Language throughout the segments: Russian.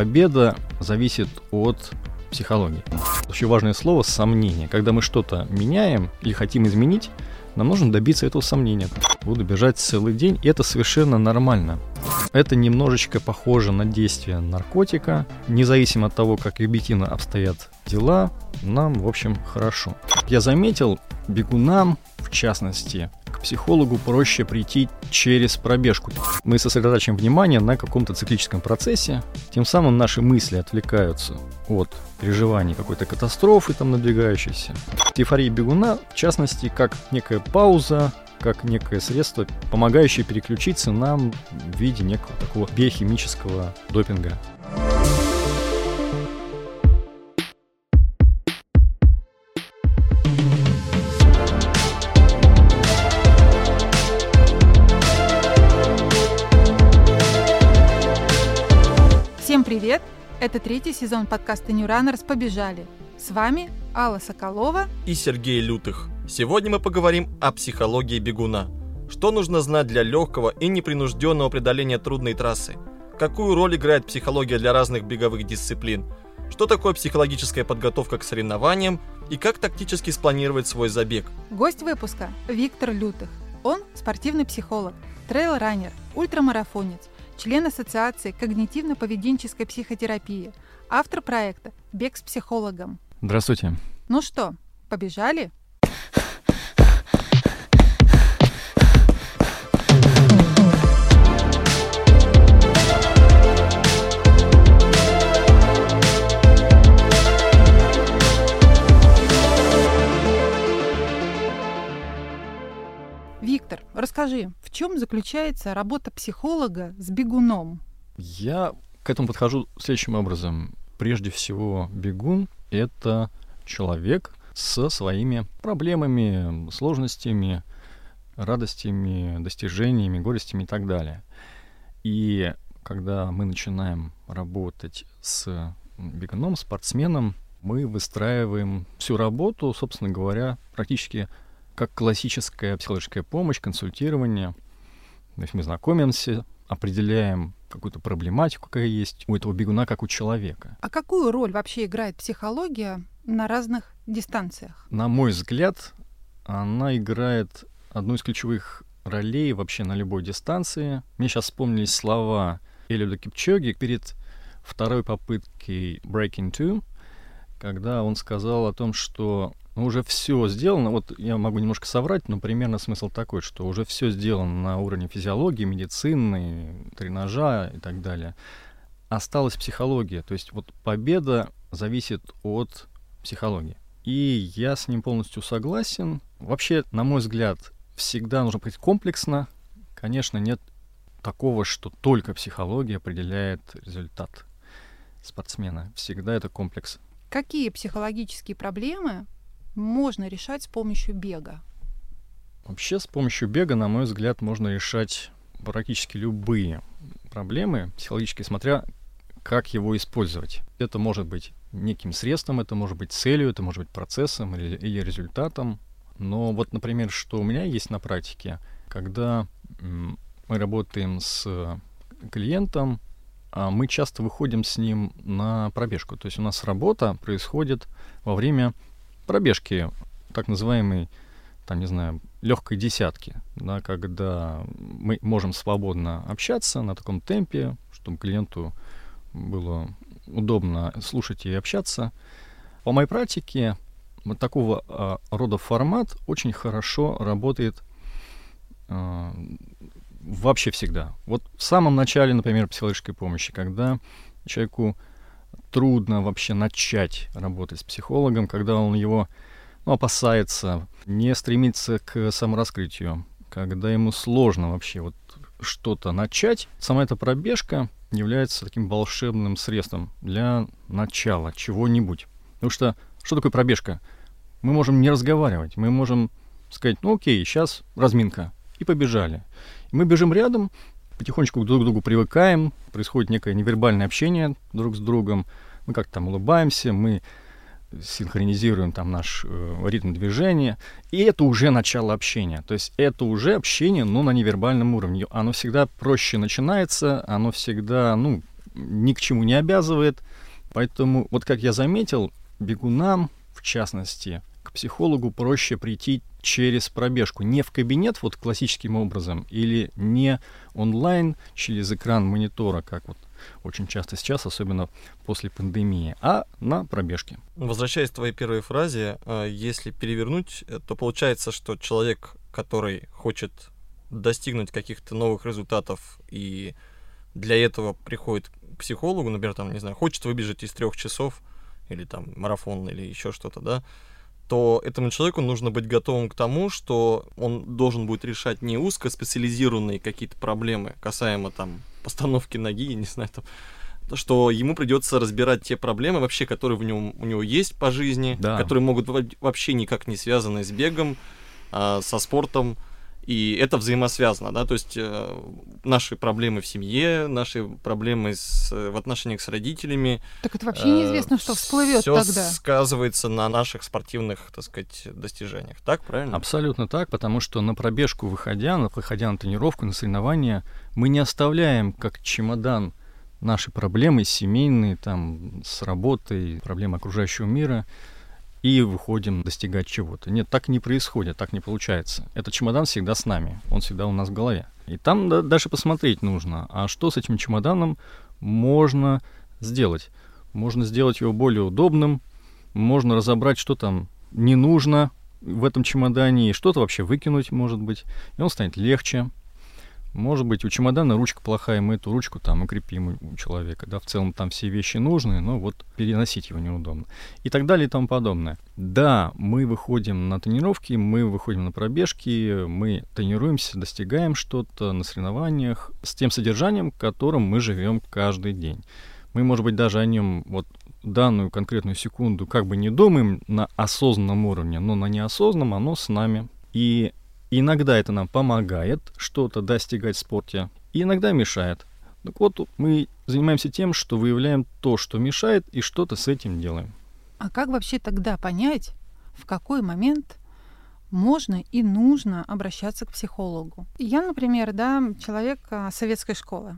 победа зависит от психологии. Очень важное слово «сомнение». Когда мы что-то меняем или хотим изменить, нам нужно добиться этого сомнения. Буду бежать целый день, и это совершенно нормально. Это немножечко похоже на действие наркотика. Независимо от того, как объективно обстоят дела, нам, в общем, хорошо. Я заметил, бегунам, в частности, к психологу проще прийти через пробежку. Мы сосредотачиваем внимание на каком-то циклическом процессе, тем самым наши мысли отвлекаются от переживаний какой-то катастрофы там надвигающейся. Эйфория бегуна, в частности, как некая пауза, как некое средство, помогающее переключиться нам в виде некого такого биохимического допинга. Всем привет! Это 3-й сезон подкаста New Runners «Побежали». С вами Алла Соколова и Сергей Лютых. Сегодня мы поговорим о психологии бегуна. Что нужно знать для легкого и непринужденного преодоления трудной трассы? Какую роль играет психология для разных беговых дисциплин? Что такое психологическая подготовка к соревнованиям и как тактически спланировать свой забег? Гость выпуска – Виктор Лютых. Он спортивный психолог, трейл-раннер, ультрамарафонец, член Ассоциации когнитивно-поведенческой психотерапии, автор проекта «Бег с психологом». Здравствуйте. Ну что, побежали? Виктор, расскажи, в чем заключается работа психолога с бегуном? Я к этому подхожу следующим образом. Прежде всего, бегун — это человек со своими проблемами, сложностями, радостями, достижениями, горестями и так далее. И когда мы начинаем работать с бегуном, спортсменом, мы выстраиваем всю работу, собственно говоря, практически как классическая психологическая помощь, консультирование. То есть мы знакомимся, определяем какую-то проблематику, какая есть у этого бегуна, как у человека. А какую роль вообще играет психология на разных дистанциях? На мой взгляд, она играет одну из ключевых ролей вообще на любой дистанции. Мне сейчас вспомнились слова Элиуда Кипчоги перед второй попыткой Breaking 2, когда он сказал о том, что уже все сделано. Вот я могу немножко соврать, но примерно смысл такой, что уже все сделано на уровне физиологии, медицины, тренажа и так далее. Осталась психология. То есть вот победа зависит от психологии. И я с ним полностью согласен. Вообще, на мой взгляд, всегда нужно быть комплексно. Конечно, нет такого, что только психология определяет результат спортсмена. Всегда это комплекс. Какие психологические проблемы можно решать с помощью бега? Вообще, с помощью бега, на мой взгляд, можно решать практически любые проблемы психологические, смотря как его использовать. Это может быть неким средством, это может быть целью, это может быть процессом или результатом. Но вот, например, что у меня есть на практике, когда мы работаем с клиентом, мы часто выходим с ним на пробежку. То есть у нас работа происходит во время пробежки, так называемой, там, не знаю, легкой десятки, да, когда мы можем свободно общаться на таком темпе, чтобы клиенту было удобно слушать и общаться. По моей практике вот такого рода формат очень хорошо работает вообще всегда. Вот в самом начале, например, психологической помощи, когда человеку трудно вообще начать работать с психологом, когда он его опасается, не стремится к самораскрытию, когда ему сложно вообще вот что-то начать. Сама эта пробежка является таким волшебным средством для начала чего-нибудь. Потому что такое пробежка? Мы можем не разговаривать, мы можем сказать, окей, сейчас разминка, и побежали. И мы бежим рядом, потихонечку друг к другу привыкаем, происходит некое невербальное общение друг с другом, мы как-то там улыбаемся, мы синхронизируем там наш ритм движения, и это уже начало общения. То есть это уже общение, но на невербальном уровне. Оно всегда проще начинается, оно всегда, ни к чему не обязывает. Поэтому, вот как я заметил, бегунам, в частности, к психологу проще прийти через пробежку. Не в кабинет вот классическим образом или не онлайн через экран монитора, как вот очень часто сейчас, особенно после пандемии, а на пробежке. Возвращаясь к твоей первой фразе, если перевернуть, то получается, что человек, который хочет достигнуть каких-то новых результатов и для этого приходит к психологу, например, там, не знаю, хочет выбежать из 3 часов или там марафон или еще что-то, да, то этому человеку нужно быть готовым к тому, что он должен будет решать не узкоспециализированные какие-то проблемы касаемо там постановки ноги, не знаю, там, что ему придется разбирать те проблемы вообще, которые у него есть по жизни, да, которые могут быть вообще никак не связаны с бегом, со спортом. И это взаимосвязано, да, то есть наши проблемы в семье, наши проблемы в отношениях с родителями. Так это вообще неизвестно, что всплывет тогда. Все сказывается на наших спортивных, так сказать, достижениях. Так, правильно? Абсолютно так, потому что на пробежку выходя на тренировку, на соревнования, мы не оставляем как чемодан наши проблемы семейные, там, с работой, проблемы окружающего мира, и выходим достигать чего-то. Нет, так не происходит, так не получается. Этот чемодан всегда с нами, он всегда у нас в голове. И там дальше посмотреть нужно, а что с этим чемоданом можно сделать. Можно сделать его более удобным, можно разобрать, что там не нужно в этом чемодане, и что-то вообще выкинуть, может быть, и он станет легче. Может быть, у чемодана ручка плохая, мы эту ручку там укрепим у человека. Да, в целом там все вещи нужные, но вот переносить его неудобно. И так далее и тому подобное. Да, мы выходим на тренировки, мы выходим на пробежки, мы тренируемся, достигаем что-то на соревнованиях с тем содержанием, которым мы живем каждый день. Мы, может быть, даже о нем вот данную конкретную секунду как бы не думаем на осознанном уровне, но на неосознанном оно с нами. И иногда это нам помогает что-то достигать в спорте, и иногда мешает. Так вот, мы занимаемся тем, что выявляем то, что мешает, и что-то с этим делаем. А как вообще тогда понять, в какой момент можно и нужно обращаться к психологу? Я, например, человек советской школы.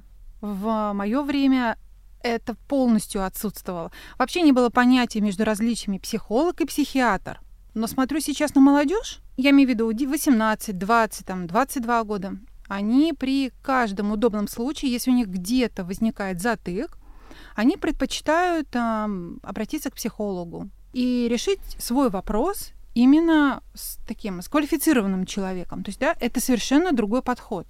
В мое время это полностью отсутствовало. Вообще не было понятия между различиями психолог и психиатр. Но смотрю сейчас на молодежь, я имею в виду 18, 20, 22 года, они при каждом удобном случае, если у них где-то возникает затык, они предпочитают обратиться к психологу и решить свой вопрос именно с квалифицированным человеком. То есть, это совершенно другой подход.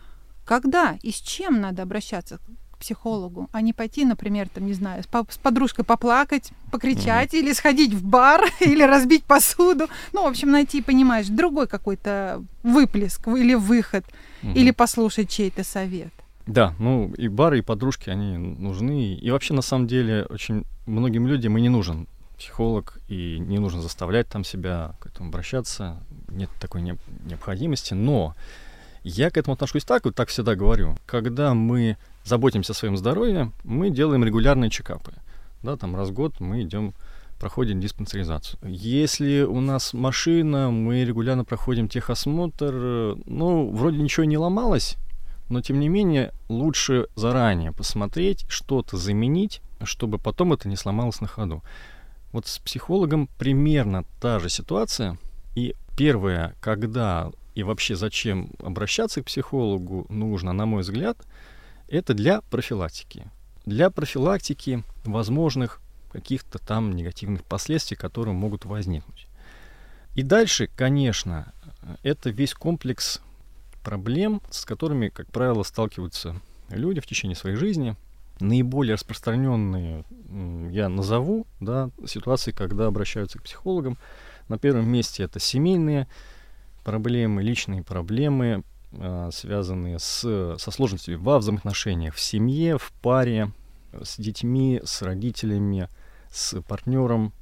Когда и с чем надо обращаться к психологу, а не пойти, например, с подружкой поплакать, покричать, или сходить в бар, или разбить посуду. В общем, найти, понимаешь, другой какой-то выплеск или выход, или послушать чей-то совет. Да, и бары, и подружки, они нужны. И вообще, на самом деле, очень многим людям и не нужен психолог, и не нужно заставлять себя к этому обращаться. Нет такой необходимости. Но я к этому отношусь так всегда говорю. Когда мы заботимся о своем здоровье, мы делаем регулярные чекапы. Да, раз в год мы проходим диспансеризацию. Если у нас машина, мы регулярно проходим техосмотр. Вроде ничего не ломалось, но тем не менее лучше заранее посмотреть, что-то заменить, чтобы потом это не сломалось на ходу. Вот с психологом примерно та же ситуация. И первое, когда и вообще зачем обращаться к психологу нужно, на мой взгляд, это для профилактики. Для профилактики возможных каких-то там негативных последствий, которые могут возникнуть. И дальше, конечно, это весь комплекс проблем, с которыми, как правило, сталкиваются люди в течение своей жизни. Наиболее распространенные я назову ситуации, когда обращаются к психологам. На первом месте это семейные проблемы, личные проблемы, связанные со сложностями во взаимоотношениях в семье, в паре, с детьми, с родителями, с партнером,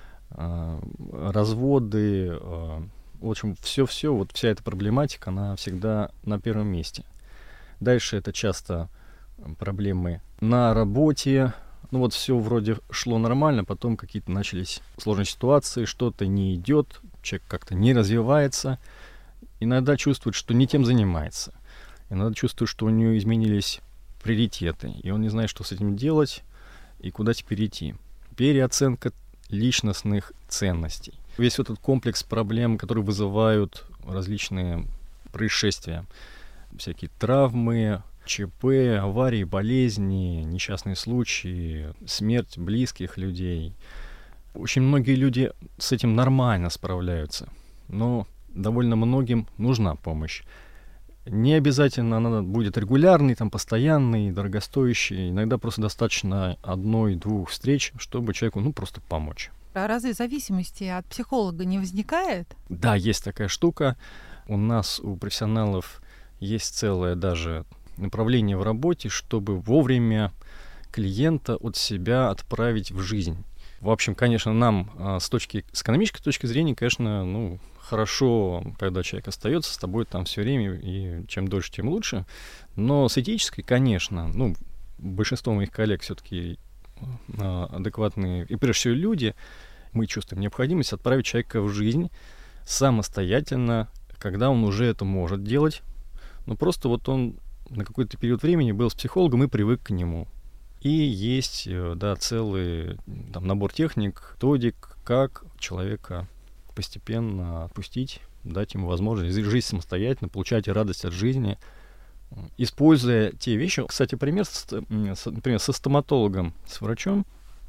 разводы. В общем, все, вся эта проблематика, она всегда на первом месте. Дальше это часто проблемы на работе. Все вроде шло нормально, потом какие-то начались сложные ситуации, что-то не идет, человек как-то не развивается. Иногда чувствует, что не тем занимается. Иногда чувствует, что у него изменились приоритеты, и он не знает, что с этим делать и куда теперь идти. Переоценка личностных ценностей. Весь этот комплекс проблем, которые вызывают различные происшествия, всякие травмы, ЧП, аварии, болезни, несчастные случаи, смерть близких людей. Очень многие люди с этим нормально справляются, но довольно многим нужна помощь. Не обязательно она будет регулярной, постоянной, дорогостоящей. Иногда просто достаточно 1-2 встреч, чтобы человеку просто помочь. А разве зависимости от психолога не возникает? Да, есть такая штука. У нас, у профессионалов, есть целое даже направление в работе, чтобы вовремя клиента от себя отправить в жизнь. В общем, конечно, нам с экономической точки зрения, конечно, хорошо, когда человек остается с тобой там все время, и чем дольше, тем лучше. Но с этической, конечно, большинство моих коллег все-таки адекватные, и прежде всего люди, мы чувствуем необходимость отправить человека в жизнь самостоятельно, когда он уже это может делать. Но просто он на какой-то период времени был с психологом и привык к нему. И есть, целый набор техник, методик, как человека постепенно отпустить, дать ему возможность жить самостоятельно, получать радость от жизни, используя те вещи. Кстати, например, со стоматологом, с врачом,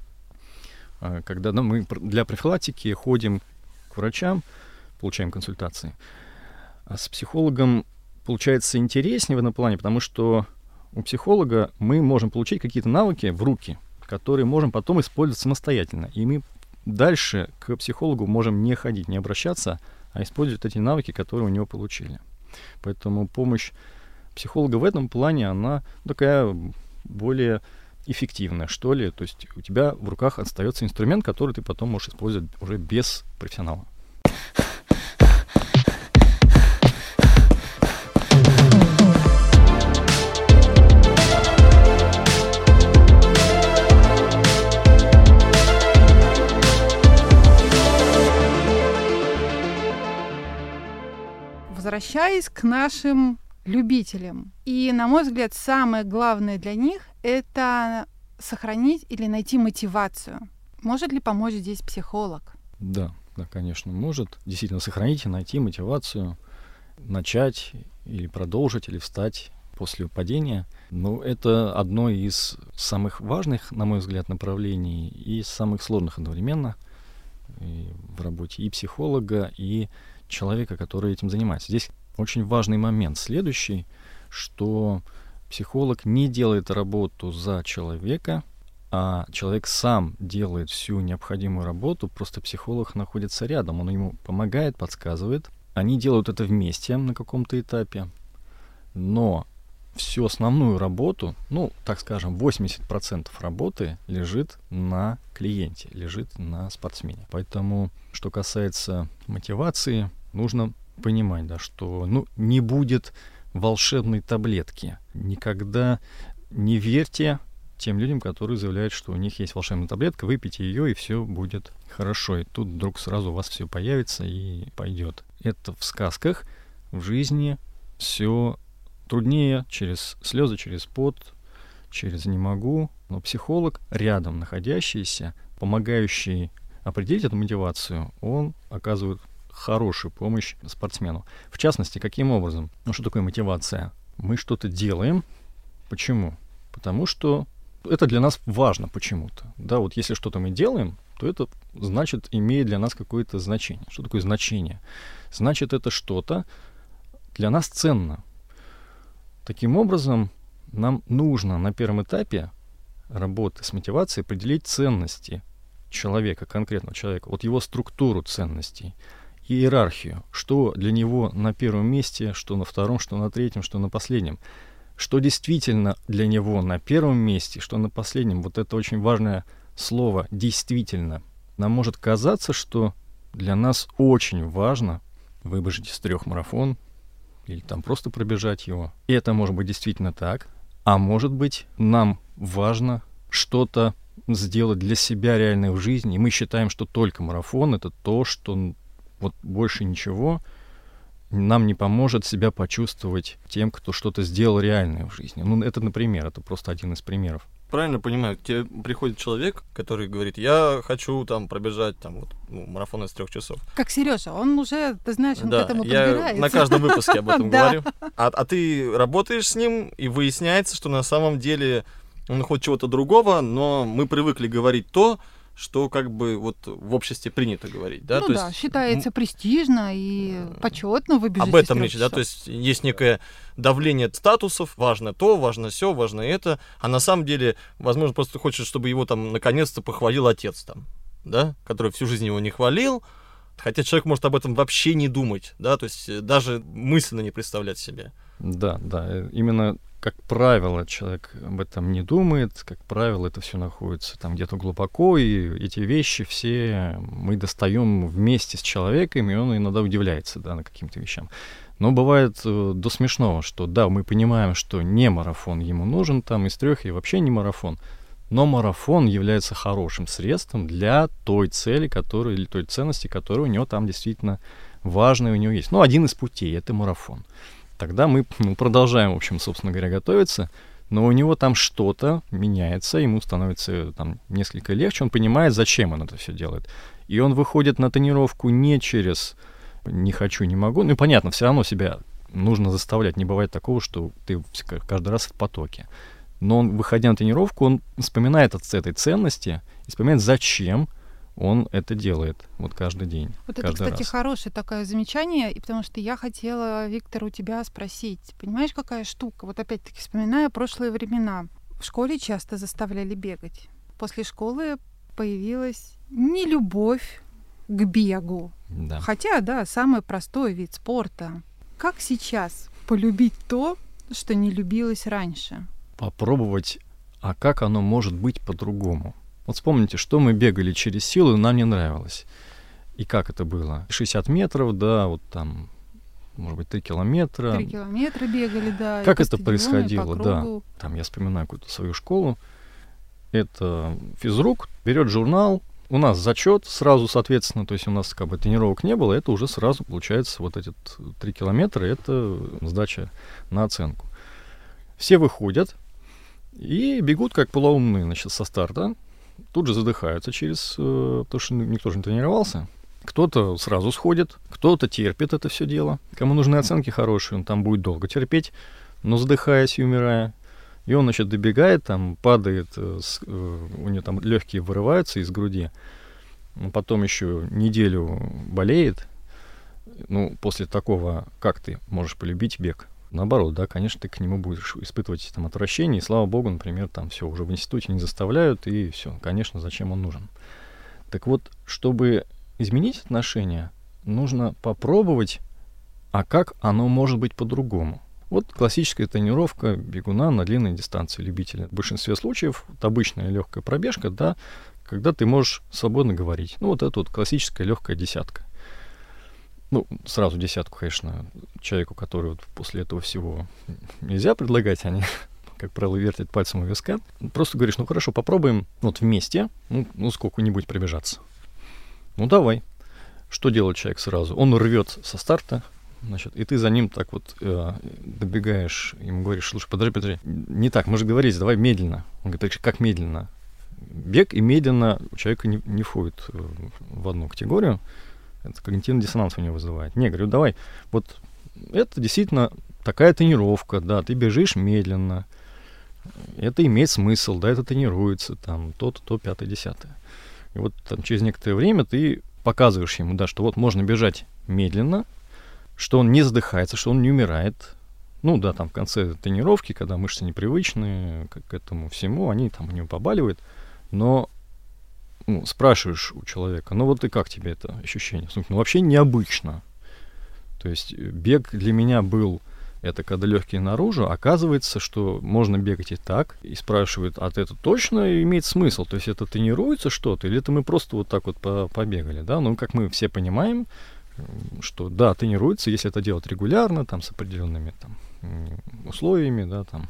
когда мы для профилактики ходим к врачам, получаем консультации, а с психологом получается интереснее в этом плане, потому что у психолога мы можем получить какие-то навыки в руки, которые можем потом использовать самостоятельно. И мы дальше к психологу можем не ходить, не обращаться, а использовать эти навыки, которые у него получили. Поэтому помощь психолога в этом плане, она такая более эффективная, что ли. То есть у тебя в руках остается инструмент, который ты потом можешь использовать уже без профессионала. Возвращаясь к нашим любителям. И, на мой взгляд, самое главное для них — это сохранить или найти мотивацию. Может ли помочь здесь психолог? Да, конечно, может. Действительно, сохранить и найти мотивацию, начать или продолжить, или встать после падения. Это одно из самых важных, на мой взгляд, направлений и самых сложных одновременно в работе и психолога, и человека, который этим занимается. Здесь очень важный момент следующий, что психолог не делает работу за человека, а человек сам делает всю необходимую работу, просто психолог находится рядом, он ему помогает, подсказывает. Они делают это вместе на каком-то этапе, но всю основную работу, 80% работы лежит на клиенте, лежит на спортсмене. Поэтому, что касается мотивации, нужно понимать, что не будет волшебной таблетки. Никогда не верьте тем людям, которые заявляют, что у них есть волшебная таблетка, выпейте ее, и все будет хорошо. И тут вдруг сразу у вас все появится и пойдет. Это в сказках, в жизни все труднее, через слезы, через пот, через «не могу». Но психолог, рядом находящийся, помогающий определить эту мотивацию, он оказывает хорошую помощь спортсмену. В частности, каким образом? Что такое мотивация? Мы что-то делаем. Почему? Потому что это для нас важно почему-то. Если что-то мы делаем, то это, значит, имеет для нас какое-то значение. Что такое значение? Значит, это что-то для нас ценно. Таким образом, нам нужно на первом этапе работы с мотивацией определить ценности человека, конкретного человека, его структуру ценностей, иерархию, что для него на первом месте, что на втором, что на третьем, что на последнем. Что действительно для него на первом месте, что на последнем. Это очень важное слово «действительно». Нам может казаться, что для нас очень важно выбежать из 3 марафон или просто пробежать его. И это может быть действительно так. А может быть, нам важно что-то сделать для себя реальное в жизни, и мы считаем, что только марафон — это то, что больше ничего. нам не поможет себя почувствовать тем, кто что-то сделал реальное в жизни. Ну, это, например, это просто один из примеров. Правильно понимаю, к тебе приходит человек, который говорит, я хочу там пробежать марафон из 3 часов. Как Сережа, он уже, ты знаешь, он к этому Я подбирается. на каждом выпуске об этом говорю. А ты работаешь с ним, и выясняется, что на самом деле он хочет чего-то другого, но мы привыкли говорить то, что как бы вот в обществе принято говорить, да? Ну то да, есть, считается престижно и почетно выбежать об этом из 3 речь, да, часов. то есть есть некое давление статусов, важно то, важно сё, важно это, а на самом деле, возможно, просто хочет, чтобы его там наконец-то похвалил отец там, да, который всю жизнь его не хвалил, хотя человек может об этом вообще не думать, да, то есть даже мысленно не представлять себе. Да, именно как правило, человек об этом не думает, как правило, это все находится там где-то глубоко, и эти вещи все мы достаем вместе с человеком, и он иногда удивляется, да, на каким-то вещам. Но бывает до смешного, что да, мы понимаем, что не марафон ему нужен, там из 3 и вообще не марафон, но марафон является хорошим средством для той цели, или той ценности, которая у него там действительно важная у него есть. Ну, один из путей — это марафон. Тогда мы продолжаем, в общем, собственно говоря, готовиться, но у него там что-то меняется, ему становится там несколько легче, он понимает, зачем он это все делает. И он выходит на тренировку не через «не хочу, не могу», ну и понятно, все равно себя нужно заставлять, не бывает такого, что ты каждый раз в потоке. Но он, выходя на тренировку, он вспоминает от этой ценности и вспоминает, зачем он это делает вот каждый день. Вот это, кстати, хорошее такое замечание, и потому что я хотела, Виктор, у тебя спросить. Понимаешь, какая штука? Вот опять-таки, вспоминая прошлые времена. В школе часто заставляли бегать. После школы появилась нелюбовь к бегу. Да. Хотя, да, самый простой вид спорта. Как сейчас полюбить то, что не любилось раньше? Попробовать, а как оно может быть по-другому? Вот вспомните, что мы бегали через силу, и нам не нравилось. И как это было? 60 метров, да, вот там, может быть, 3 километра. 3 километра бегали, да. Как это происходило, да. Кругу. Там я вспоминаю какую-то свою школу. Это физрук берет журнал, у нас зачет сразу, соответственно, то есть у нас как бы тренировок не было, это уже сразу получается вот эти 3 километра, это сдача на оценку. Все выходят и бегут как полоумные, значит, со старта. Тут же задыхаются потому что никто же не тренировался. Кто-то сразу сходит, кто-то терпит это все дело. Кому нужны оценки хорошие, он там будет долго терпеть, но задыхаясь и умирая. И он, значит, добегает, там падает, у него там легкие вырываются из груди. Потом еще неделю болеет. Ну, после такого, как ты можешь полюбить бег? Наоборот, да, конечно, ты к нему будешь испытывать там отвращение, и слава богу, например, там все уже в институте не заставляют, и все, конечно, зачем он нужен. Так вот, чтобы изменить отношения, нужно попробовать, а как оно может быть по-другому. Вот классическая тренировка бегуна на длинной дистанции любителя. В большинстве случаев вот обычная легкая пробежка, да, когда ты можешь свободно говорить. Ну, вот это вот классическая легкая десятка. Ну, сразу десятку, конечно, человеку, который вот после этого всего нельзя предлагать, они, как правило, вертят пальцем у виска. Просто говоришь, ну хорошо, попробуем вот вместе, ну сколько-нибудь пробежаться. Ну давай. Что делает человек сразу? Он рвет со старта, значит, и ты за ним так вот добегаешь, ему говоришь, слушай, подожди, не так, мы же говорили, давай медленно. Он говорит, как медленно? Бег и медленно у человека не входит в одну категорию. Это когнитивный диссонанс у него вызывает. Не, говорю, давай, вот это действительно такая тренировка, да, ты бежишь медленно, это имеет смысл, да, это тренируется, там, то, 5, 10. И вот там через некоторое время ты показываешь ему, да, что вот можно бежать медленно, что он не задыхается, что он не умирает. Ну, да, там в конце тренировки, когда мышцы непривычные к этому всему, они там у него побаливают, но спрашиваешь у человека, ну вот и как тебе это ощущение? Ну вообще необычно. То есть бег для меня был, это когда легкие наружу, оказывается, что можно бегать и так, и спрашивают, а это точно имеет смысл? То есть это тренируется что-то, или это мы просто вот так вот побегали, да? Ну, как мы все понимаем, что да, тренируется, если это делать регулярно, там, с определенными там условиями, да, там,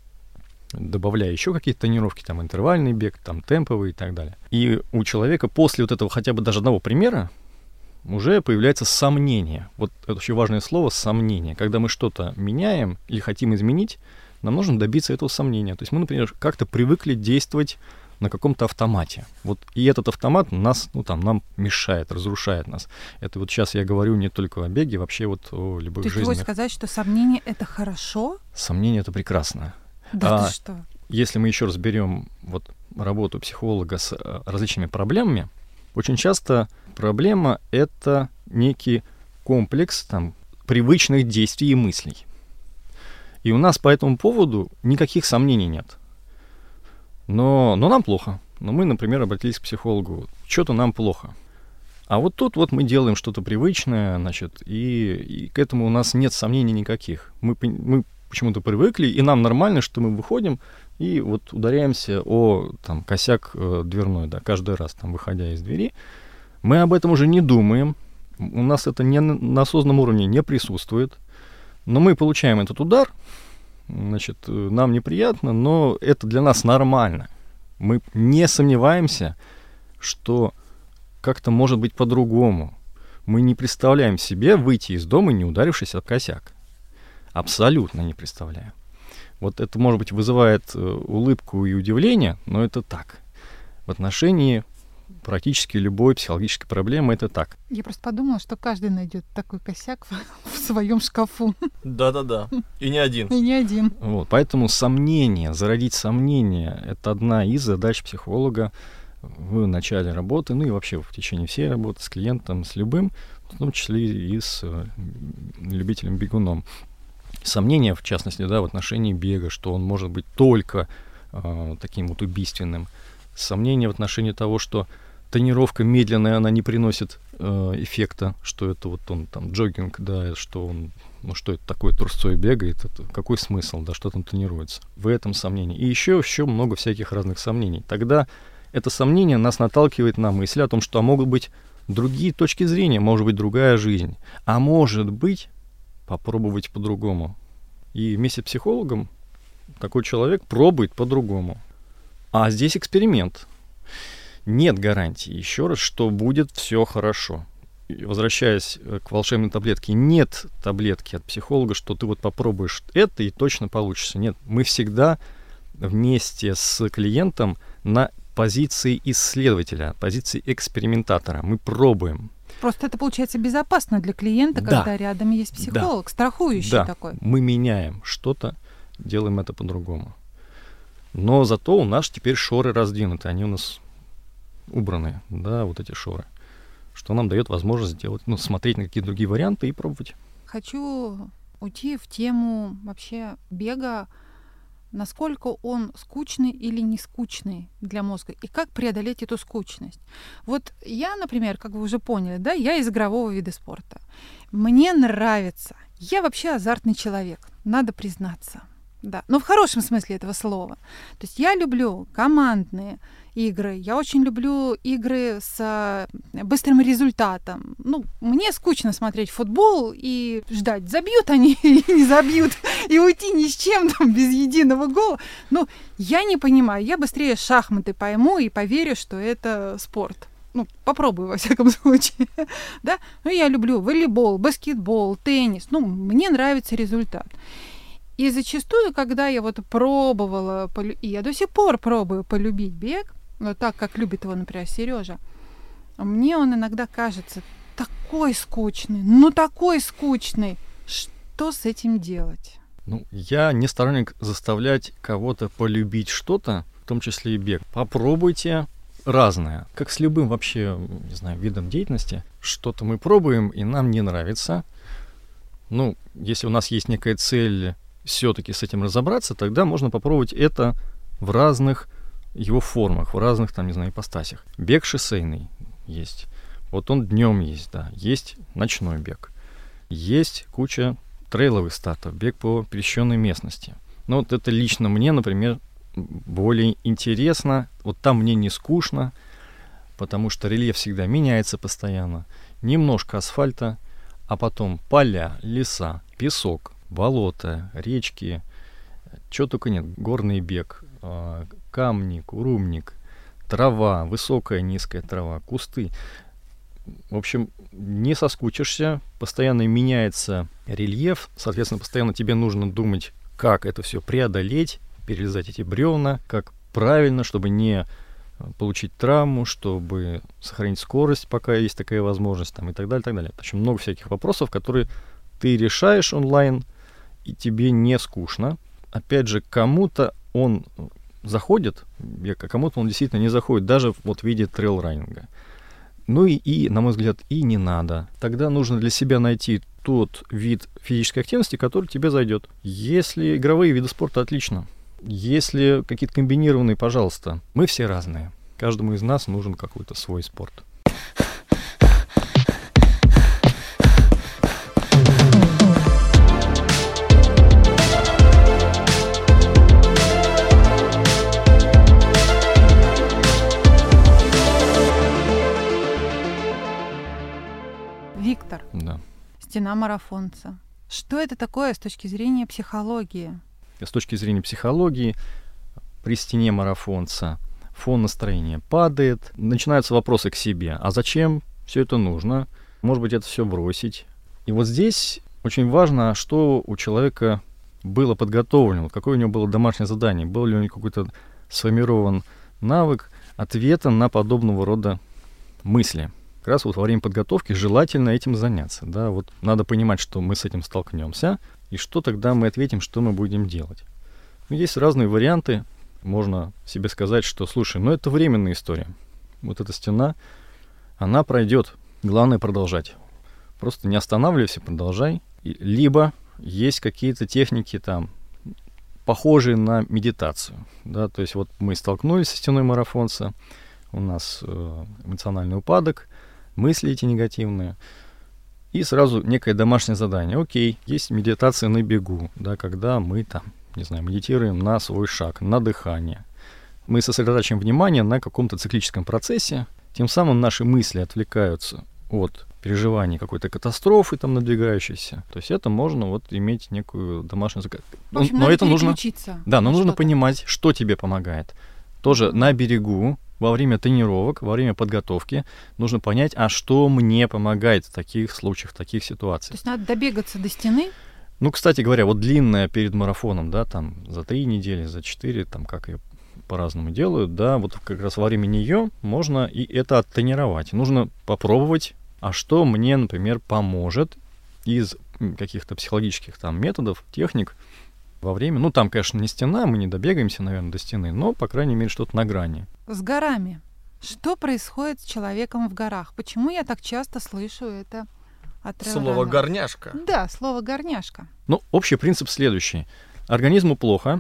добавляя еще какие-то тренировки, там, интервальный бег, там, темповый и так далее. И у человека после вот этого хотя бы даже одного примера, уже появляется сомнение. Вот это очень важное слово «сомнение». Когда мы что-то меняем или хотим изменить, нам нужно добиться этого сомнения. То есть мы, например, как-то привыкли действовать на каком-то автомате. Вот и этот автомат нас, нам мешает, разрушает нас. Это вот сейчас я говорю не только о беге, вообще вот о любых жизненных. Ты хочешь сказать, что сомнение — это хорошо? Сомнение — это прекрасно. Да ты что? Если мы еще разберем вот работу психолога с различными проблемами, очень часто проблема — это некий комплекс привычных действий и мыслей. И у нас по этому поводу никаких сомнений нет. Но нам плохо. Но мы, например, обратились к психологу. Что-то нам плохо. А вот тут вот мы делаем что-то привычное, и к этому у нас нет сомнений никаких. Мы почему-то привыкли, и нам нормально, что мы выходим и вот ударяемся о косяк дверной, каждый раз, выходя из двери. Мы об этом уже не думаем. У нас это на осознанном уровне не присутствует. Но мы получаем этот удар, нам неприятно, но это для нас нормально. Мы не сомневаемся, что как-то может быть по-другому. Мы не представляем себе выйти из дома, не ударившись об косяк. Абсолютно не представляем. Вот это, может быть, вызывает улыбку и удивление, но это так. В отношении практически любой психологической проблемы это так. Я просто подумала, что каждый найдет такой косяк в своем шкафу. Да-да-да. И не один. И не один. Вот, поэтому зародить сомнения — это одна из задач психолога в начале работы, и вообще в течение всей работы с клиентом, с любым, в том числе и с любителем-бегуном. Сомнения, в частности, в отношении бега, что он может быть только таким вот убийственным. Сомнения в отношении того, что тренировка медленная, она не приносит эффекта, что это вот он джогинг, что он, что это такое, трусцой бегает, это какой смысл, что там тренируется. В этом сомнении. И еще много всяких разных сомнений. Тогда это сомнение нас наталкивает на мысль о том, что могут быть другие точки зрения, может быть другая жизнь, а может быть попробовать по-другому. И вместе с психологом такой человек пробует по-другому. А здесь эксперимент. Нет гарантии, еще раз, что будет все хорошо. И возвращаясь к волшебной таблетке, нет таблетки от психолога, что ты вот попробуешь это и точно получится. Нет, мы всегда вместе с клиентом на позиции исследователя, позиции экспериментатора. Мы пробуем. Просто это получается безопасно для клиента, когда рядом есть психолог, страхующий такой. Мы меняем что-то, делаем это по-другому. Но зато у нас теперь шоры раздвинуты, они у нас убраны, вот эти шоры, что нам дает возможность сделать, смотреть на какие-то другие варианты и пробовать. Хочу уйти в тему вообще бега, насколько он скучный или не скучный для мозга, и как преодолеть эту скучность. Вот я, например, как вы уже поняли, я из игрового вида спорта. Мне нравится. Я вообще азартный человек, надо признаться. Но в хорошем смысле этого слова. То есть я люблю командные игры, я очень люблю игры с быстрым результатом. Мне скучно смотреть футбол и ждать, забьют они или не забьют, и уйти ни с чем, без единого гола. Я не понимаю, я быстрее шахматы пойму и поверю, что это спорт. Попробую, во всяком случае. Я люблю волейбол, баскетбол, теннис. Мне нравится результат. И зачастую, когда я пробовала, и я до сих пор пробую полюбить бег, так, как любит его, например, Сережа, мне он иногда кажется такой скучный, такой скучный. Что с этим делать? Я не сторонник заставлять кого-то полюбить что-то, в том числе и бег. Попробуйте разное. Как с любым вообще, видом деятельности. Что-то мы пробуем, и нам не нравится. Если у нас есть некая цель все-таки с этим разобраться, тогда можно попробовать это в разных его формах, в разных, ипостасях. Бег шоссейный есть. Вот он днем есть, Есть ночной бег. Есть куча трейловых стартов, бег по пересеченной местности. Это лично мне, например, более интересно. Там мне не скучно, потому что рельеф всегда меняется постоянно. Немножко асфальта, а потом поля, леса, песок, болота, речки, чего только нет, горный бег, камни, курумник, трава, высокая, низкая трава, кусты. В общем, не соскучишься, постоянно меняется рельеф, соответственно, постоянно тебе нужно думать, как это все преодолеть, перелезать эти бревна, как правильно, чтобы не получить травму, чтобы сохранить скорость, пока есть такая возможность, там, и так далее, и так далее. В общем, много всяких вопросов, которые ты решаешь онлайн, и тебе не скучно. Опять же, кому-то он заходит, а кому-то он действительно не заходит, даже вот в виде трейл-раннинга. Ну и, на мой взгляд, и не надо. Тогда нужно для себя найти тот вид физической активности, который тебе зайдет. Если игровые виды спорта, отлично. Если какие-то комбинированные, пожалуйста. Мы все разные. Каждому из нас нужен какой-то свой спорт. Виктор, Да. стена марафонца. Что это такое с точки зрения психологии? С точки зрения психологии, при стене марафонца фон настроения падает, начинаются вопросы к себе. А зачем все это нужно? Может быть, это все бросить? И вот здесь очень важно, что у человека было подготовлено, какое у него было домашнее задание, был ли у него какой-то сформирован навык ответа на подобного рода мысли. Как раз вот во время подготовки желательно этим заняться. Да? Вот надо понимать, что мы с этим столкнемся, и что тогда мы ответим, что мы будем делать. Ну, есть разные варианты. Можно себе сказать, что, слушай, ну это временная история. Вот эта стена, она пройдет. Главное продолжать. Просто не останавливайся, продолжай. Либо есть какие-то техники там, похожие на медитацию. Да? То есть вот мы столкнулись со стеной марафонца, у нас эмоциональный упадок, мысли эти негативные, и сразу некое домашнее задание. Окей, есть медитация на бегу, да, когда мы там, не знаю, медитируем на свой шаг, на дыхание. Мы сосредотачиваем внимание на каком-то циклическом процессе, тем самым наши мысли отвлекаются от переживаний какой-то катастрофы там надвигающейся. То есть это можно вот иметь некую домашнюю задачу. В общем, но это нужно, да, но нужно что-то. Понимать, что тебе помогает. Тоже на берегу, во время тренировок, во время подготовки нужно понять, а что мне помогает в таких случаях, в таких ситуациях. То есть надо добегаться до стены? Ну, кстати говоря, вот длинная перед марафоном, да, там за 3 недели, за 4, там как ее по-разному делают, да, вот как раз во время нее можно и это оттренировать. Нужно попробовать, а что мне, например, поможет из каких-то психологических там методов, техник во время, ну, там, конечно, не стена, мы не добегаемся, наверное, до стены, но, по крайней мере, что-то на грани. С горами. Что происходит с человеком в горах? Почему я так часто слышу это от Слово трейлранеров? «горняшка». Да, слово «горняшка». Ну, общий принцип следующий. Организму плохо,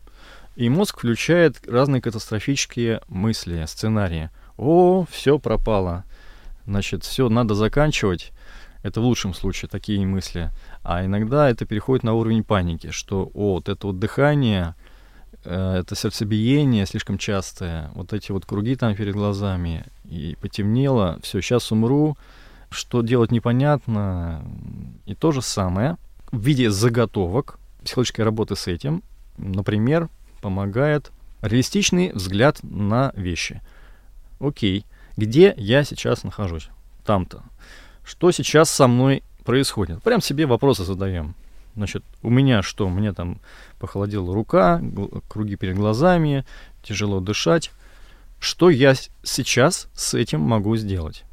и мозг включает разные катастрофические мысли, сценарии. О, все пропало. Значит, все, надо заканчивать. Это в лучшем случае такие мысли. А иногда это переходит на уровень паники, что вот это вот дыхание, это сердцебиение слишком частое, вот эти вот круги там перед глазами, и потемнело, все, сейчас умру, что делать непонятно. И то же самое в виде заготовок психологической работы с этим, например, помогает реалистичный взгляд на вещи. Окей, где я сейчас нахожусь? Там-то. Что сейчас со мной происходит? Прям себе вопросы задаем. Значит, у меня что? Мне там похолодела рука, круги перед глазами, тяжело дышать. Что я сейчас с этим могу сделать?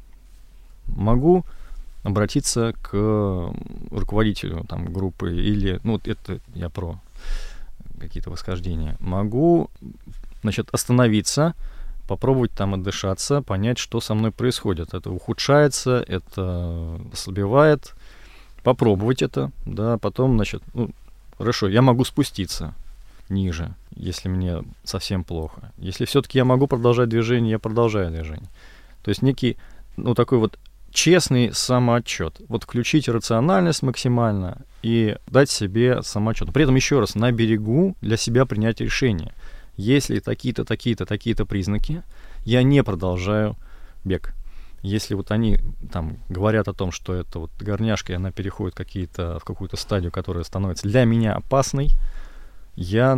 Могу обратиться к руководителю там, группы или, ну, вот это я про какие-то восхождения. Могу, значит, остановиться, попробовать там отдышаться, понять, что со мной происходит. Это ухудшается, это ослабевает. Попробовать это, да, потом, значит, ну, хорошо, я могу спуститься ниже, если мне совсем плохо. Если все-таки я могу продолжать движение, я продолжаю движение. То есть некий, ну, такой вот честный самоотчет. Вот включить рациональность максимально и дать себе самоотчет. При этом еще раз на берегу для себя принять решение. Если такие-то, такие-то, такие-то признаки, я не продолжаю бег. Если вот они там говорят о том, что это вот горняшка, и она переходит в какую-то стадию, которая становится для меня опасной, я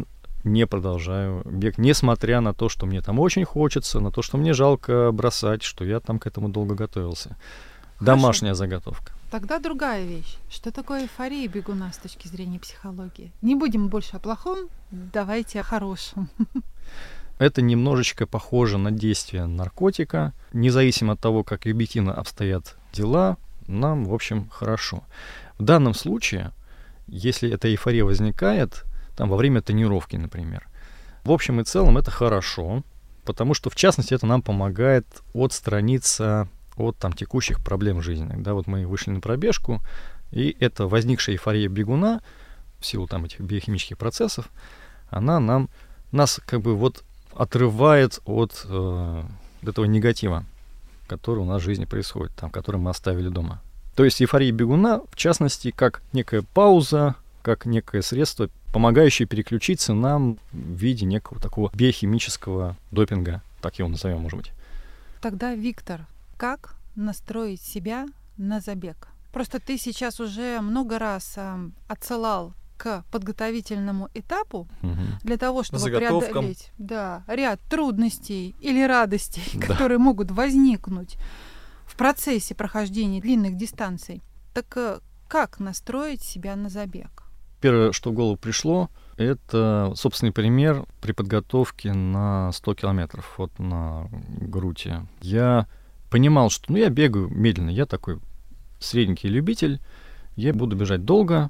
не продолжаю бег, несмотря на то, что мне там очень хочется, на то, что мне жалко бросать, что я там к этому долго готовился. Хорошо. Домашняя заготовка. Тогда другая вещь. Что такое эйфория бегуна с точки зрения психологии? Не будем больше о плохом, давайте о хорошем. Это немножечко похоже на действие наркотика. Независимо от того, как объективно обстоят дела, нам, в общем, хорошо. В данном случае, если эта эйфория возникает, там, во время тренировки, например, в общем и целом это хорошо, потому что, в частности, это нам помогает отстраниться от там, текущих проблем жизненных. Да, вот мы вышли на пробежку, и эта возникшая эйфория бегуна, в силу там, этих биохимических процессов, она нас как бы вот отрывает от этого негатива, который у нас в жизни происходит, там, который мы оставили дома. То есть эйфория бегуна, в частности, как некая пауза, как некое средство, помогающее переключиться нам в виде некого такого биохимического допинга, так его назовем, может быть. Тогда, Виктор, как настроить себя на забег? Просто ты сейчас уже много раз отсылал к подготовительному этапу для того, чтобы преодолеть ряд трудностей или радостей, которые могут возникнуть в процессе прохождения длинных дистанций. Так как настроить себя на забег? Первое, что в голову пришло, это собственный пример при подготовке на 100 километров вот на Груте. Я понимал, что я бегаю медленно, я такой средненький любитель, я буду бежать долго,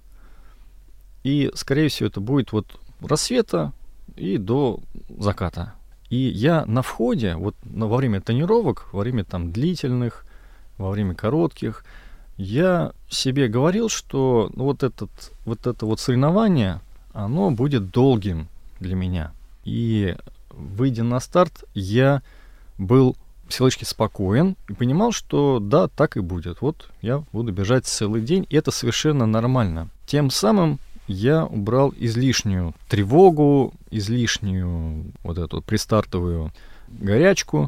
и, скорее всего, это будет вот рассвета и до заката. И я на входе, вот во время тренировок, во время там длительных, во время коротких, я себе говорил, что вот это вот соревнование, оно будет долгим для меня. И, выйдя на старт, я был психологически спокоен и понимал, что да, так и будет. Вот я буду бежать целый день, и это совершенно нормально. Тем самым я убрал излишнюю тревогу, излишнюю вот эту предстартовую горячку.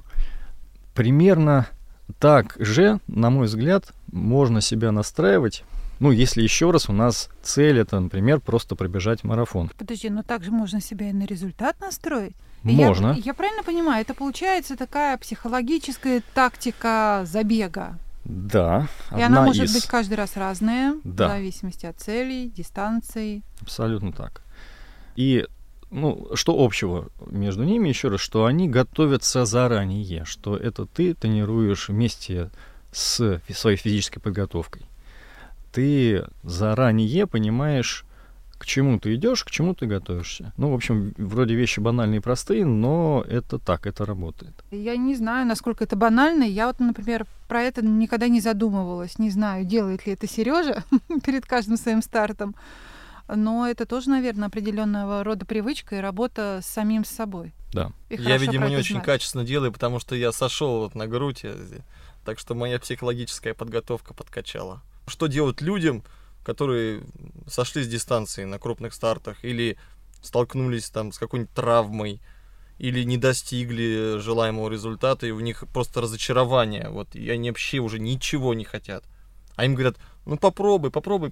Примерно так же, на мой взгляд, можно себя настраивать. Ну, если еще раз у нас цель это, например, просто пробежать марафон. Подожди, но также можно себя и на результат настроить? Можно. Я правильно понимаю, это получается такая психологическая тактика забега? Да. И она может быть каждый раз разная, да, в зависимости от целей, дистанций. Абсолютно так. И что общего между ними, еще раз, что они готовятся заранее, что это ты тренируешь вместе с своей физической подготовкой. Ты заранее понимаешь, к чему ты идешь, к чему ты готовишься. В общем, вроде вещи банальные и простые, но это так, это работает. Я не знаю, насколько это банально. Я вот, например, про это никогда не задумывалась. Не знаю, делает ли это Сережа перед каждым своим стартом. Но это тоже, наверное, определенного рода привычка и работа с самим собой. Да. Я, видимо, не очень качественно делаю, потому что я сошел вот на грудь, так что моя психологическая подготовка подкачала. Что делать людям, которые сошли с дистанции на крупных стартах или столкнулись там с какой-нибудь травмой, или не достигли желаемого результата, и у них просто разочарование, вот, и они вообще уже ничего не хотят. А им говорят, попробуй.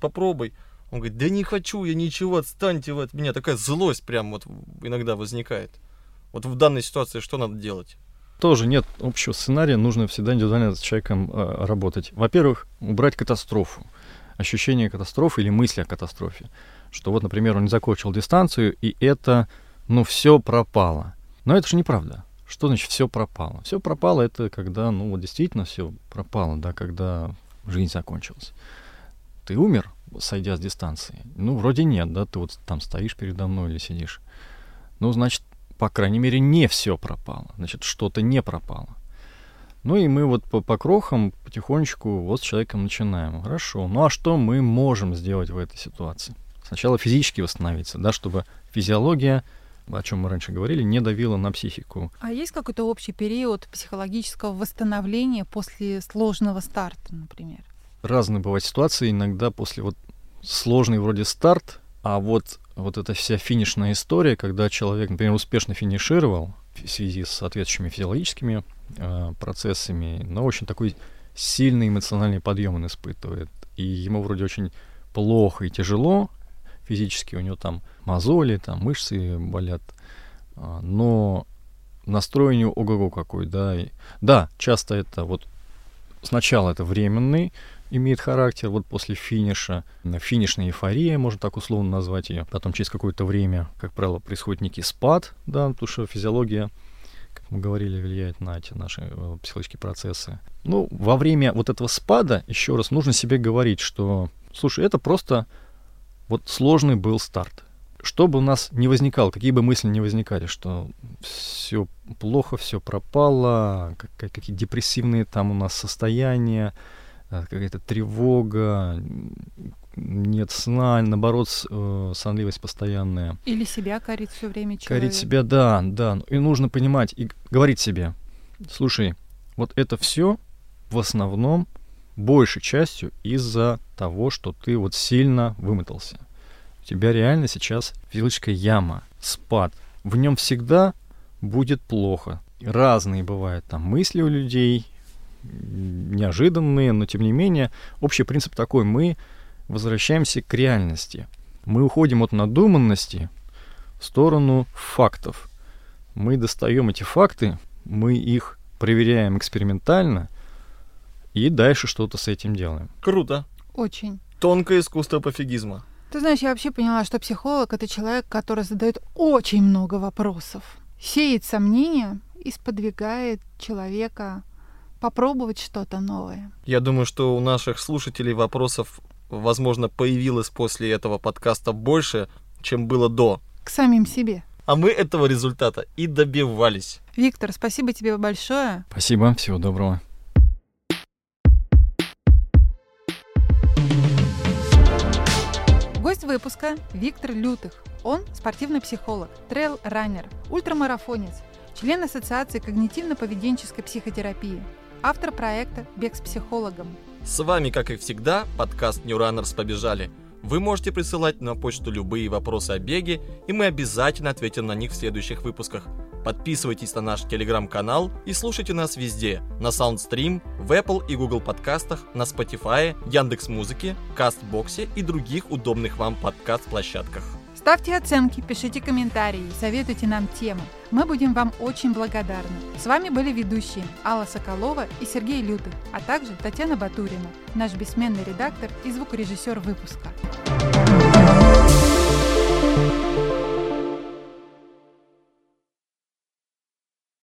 Он говорит, да не хочу я ничего, отстаньте вы от меня. Такая злость прям вот иногда возникает. Вот в данной ситуации что надо делать? Тоже нет общего сценария, нужно всегда индивидуально с человеком работать. Во-первых, убрать катастрофу, ощущение катастрофы или мысли о катастрофе. Что вот, например, он не закончил дистанцию, и это, все пропало. Но это же неправда. Что значит все пропало? Все пропало, это когда, действительно все пропало, да, когда жизнь закончилась. Ты умер, сойдя с дистанции? Вроде нет, да, ты вот там стоишь передо мной или сидишь. Значит, по крайней мере, не все пропало. Значит, что-то не пропало. И мы вот по крохам потихонечку вот с человеком начинаем. Хорошо, а что мы можем сделать в этой ситуации? Сначала физически восстановиться, да, чтобы физиология, о чем мы раньше говорили, не давила на психику. А есть какой-то общий период психологического восстановления после сложного старта, например? Разные бывают ситуации. Иногда после вот сложный вроде старт, а вот эта вся финишная история, когда человек, например, успешно финишировал в связи с соответствующими физиологическими процессами, но очень такой сильный эмоциональный подъем он испытывает. И ему вроде очень плохо и тяжело, физически, у него там мозоли, там мышцы болят, но настрой у него ого-го какой, да. Да, часто это вот сначала это временный имеет характер, вот после финиша, финишная эйфория, можно так условно назвать ее. Потом через какое-то время, как правило, происходит некий спад, да, потому что физиология, как мы говорили, влияет на эти наши психологические процессы. Ну, во время вот этого спада, еще раз, нужно себе говорить, что, слушай, это просто вот сложный был старт. Что бы у нас ни возникало, какие бы мысли ни возникали, что все плохо, все пропало, какие депрессивные там у нас состояния, какая-то тревога, нет сна, наоборот, сонливость постоянная. Или себя корить все время человек. Корить себя, да. И нужно понимать и говорить себе, слушай, вот это все в основном большей частью из-за того, что ты вот сильно вымотался. У тебя реально сейчас физическая яма, спад. В нем всегда будет плохо. Разные бывают там мысли у людей, неожиданные, но тем не менее, общий принцип такой: мы возвращаемся к реальности. Мы уходим от надуманности в сторону фактов. Мы достаем эти факты, мы их проверяем экспериментально и дальше что-то с этим делаем. Круто. Очень. Тонкое искусство пофигизма. Ты знаешь, я вообще поняла, что психолог — это человек, который задает очень много вопросов, сеет сомнения и сподвигает человека попробовать что-то новое. Я думаю, что у наших слушателей вопросов, возможно, появилось после этого подкаста больше, чем было до. К самим себе. А мы этого результата и добивались. Виктор, спасибо тебе большое. Спасибо, всего доброго. Гость выпуска — Виктор Лютых. Он спортивный психолог, трейл-раннер, ультрамарафонец, член Ассоциации когнитивно-поведенческой психотерапии, автор проекта «Бег с психологом». С вами, как и всегда, подкаст New Runners побежали. Вы можете присылать на почту любые вопросы о беге, и мы обязательно ответим на них в следующих выпусках. Подписывайтесь на наш телеграм-канал и слушайте нас везде: на Soundstream, в Apple и Google подкастах, на Spotify, Яндекс.Музыке, Кастбоксе и других удобных вам подкаст-площадках. Ставьте оценки, пишите комментарии, советуйте нам темы. Мы будем вам очень благодарны. С вами были ведущие Алла Соколова и Сергей Лютых, а также Татьяна Батурина, наш бессменный редактор и звукорежиссер выпуска.